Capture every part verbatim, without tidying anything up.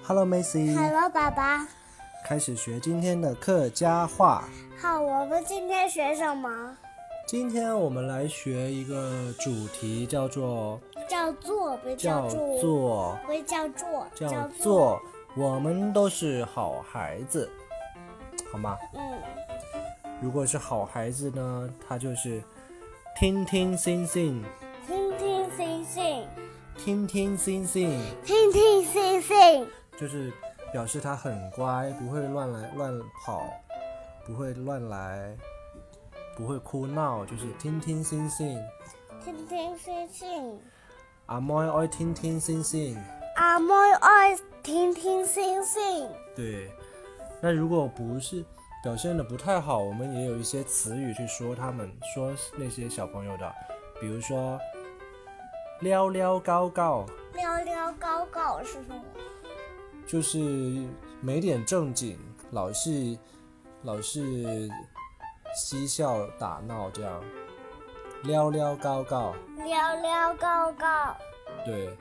Hello Macy。Hello 爸爸。 开始学今天的客家话。 好，我们今天学什么？ 今天我们来学一个主题，叫做叫做不叫做不叫做叫做我们都是好孩子，好吗？ 嗯。 如果是好孩子呢，他就是听听星星， 听听星星， 听听星星， 听听星星， 就是表示他很乖，不会乱来乱跑，不会乱来，不会哭闹，就是听听星星。 听听星星。 阿妹愛聽聽星星。 阿妹愛聽聽星星。 對，那如果不是表現得不太好，我們也有一些詞語去說他們，說那些小朋友的，比如說撩撩高高。 撩撩高高是什麼？ 就是沒點正經，老是老是嬉笑打鬧這樣。撩撩高高。 撩撩高高。 對。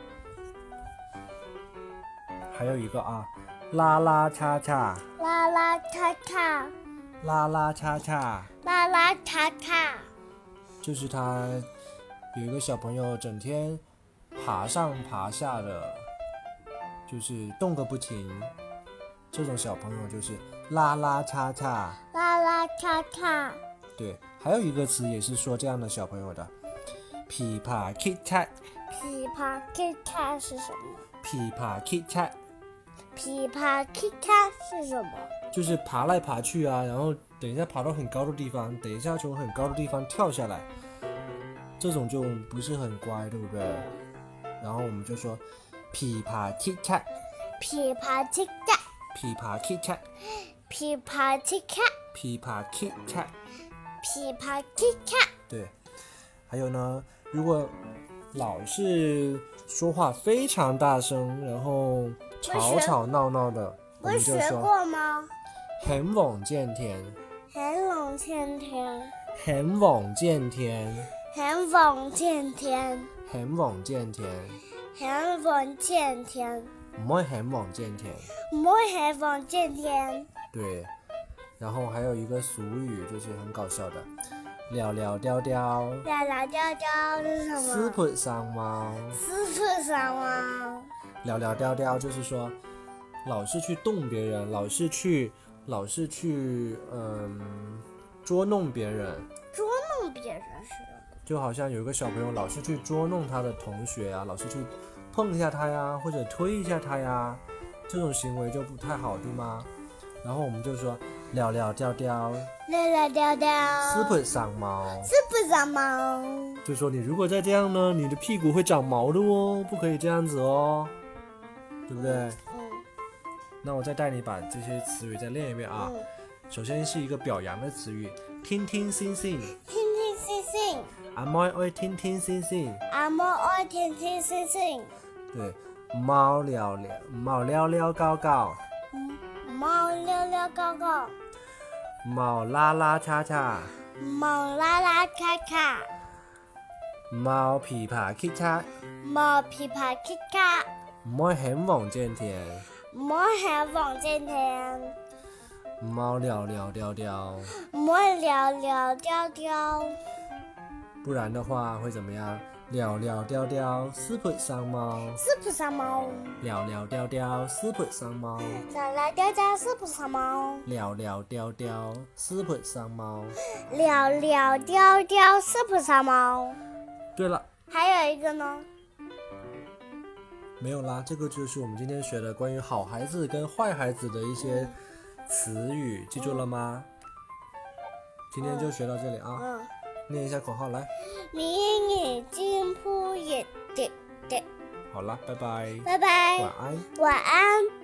還有一個啊，拉拉叉叉。 拉拉叉叉。 拉拉叉叉。 拉拉叉叉。 就是他有一個小朋友整天爬上爬下的，就是動個不停，這種小朋友就是拉拉叉叉。 拉拉叉叉。 對，還有一個詞也是說這樣的小朋友的，琵琶 Kit Kat。 琵琶 Kit Kat 是什麼？ 琵琶 Kit Kat。 琵琶 Kit Kat 是什麼？ 就是爬來爬去啊，然後等一下爬到很高的地方，等一下從很高的地方跳下來，這種就不是很乖，對不對？然後我們就說琵琶 Kit Kat。 琵琶 Kit Kat。 琵琶 Kit Kat。 琵琶 Kit Kat。 琵琶 Kit Kat。 琵琶 Kit Kat。 對，還有呢，如果老是說話非常大聲，然後吵吵鬧鬧的，我們就說學過嗎？ 很穩見天。 很穩見天。 很穩見天。 很穩見天。 很穩見天。 很穩見天。 唔會很穩見天。 唔會很穩見天。 對，然後還有一個俗語，就是很搞笑的，撩撩雕雕。 撩撩雕雕是什麼？ 撕破上貓。 撕破上貓。 撩撩雕雕就是說，老是去動別人，老是去，老是去，嗯，捉弄別人。 捉弄別人是什麼？ 就好像有一個小朋友老是去捉弄他的同學啊，老是去碰一下他呀，或者推一下他呀，這種行為就不太好，對嗎？然後我們就說撩撩雕雕。 撩撩雕雕。 撕破上毛。 撕破上毛。 就說你如果再這樣呢，你的屁股會長毛的哦，不可以這樣子哦，對不對？ 嗯。 那我再帶你把這些詞語再練一遍啊。 嗯。 首先是一個表揚的詞語，聽聽星星。 聽聽星星。 阿妹愛聽聽星星。 阿妹愛聽聽星星。 對，貓撩撩，貓撩撩高高。 貓撩撩高高。 貓拉拉叉叉。 貓拉拉叉叉。 貓琵琶 Kit Kat。 貓琵琶 Kit Kat。 唔會很穩見天。 唔會很穩見天。 貓撩撩雕雕。 唔會撩撩雕雕。 不然的話會怎麼樣？撩撩雕雕，撕破上毛。 撕破上毛。 撩撩雕雕，撕破上毛。 撩撩雕雕，撕破上毛。 撩撩雕雕，撕破上毛。 撩撩雕雕，撕破上毛。 對了， 還有一個呢？ 沒有啦，這個就是我們今天學的關於好孩子跟壞孩子的一些詞語，記住了嗎？今天就學到這裡啊。 嗯。 念一下口號來。 明日進步一點點。 好啦，拜拜。 拜拜。 晚安。 晚安。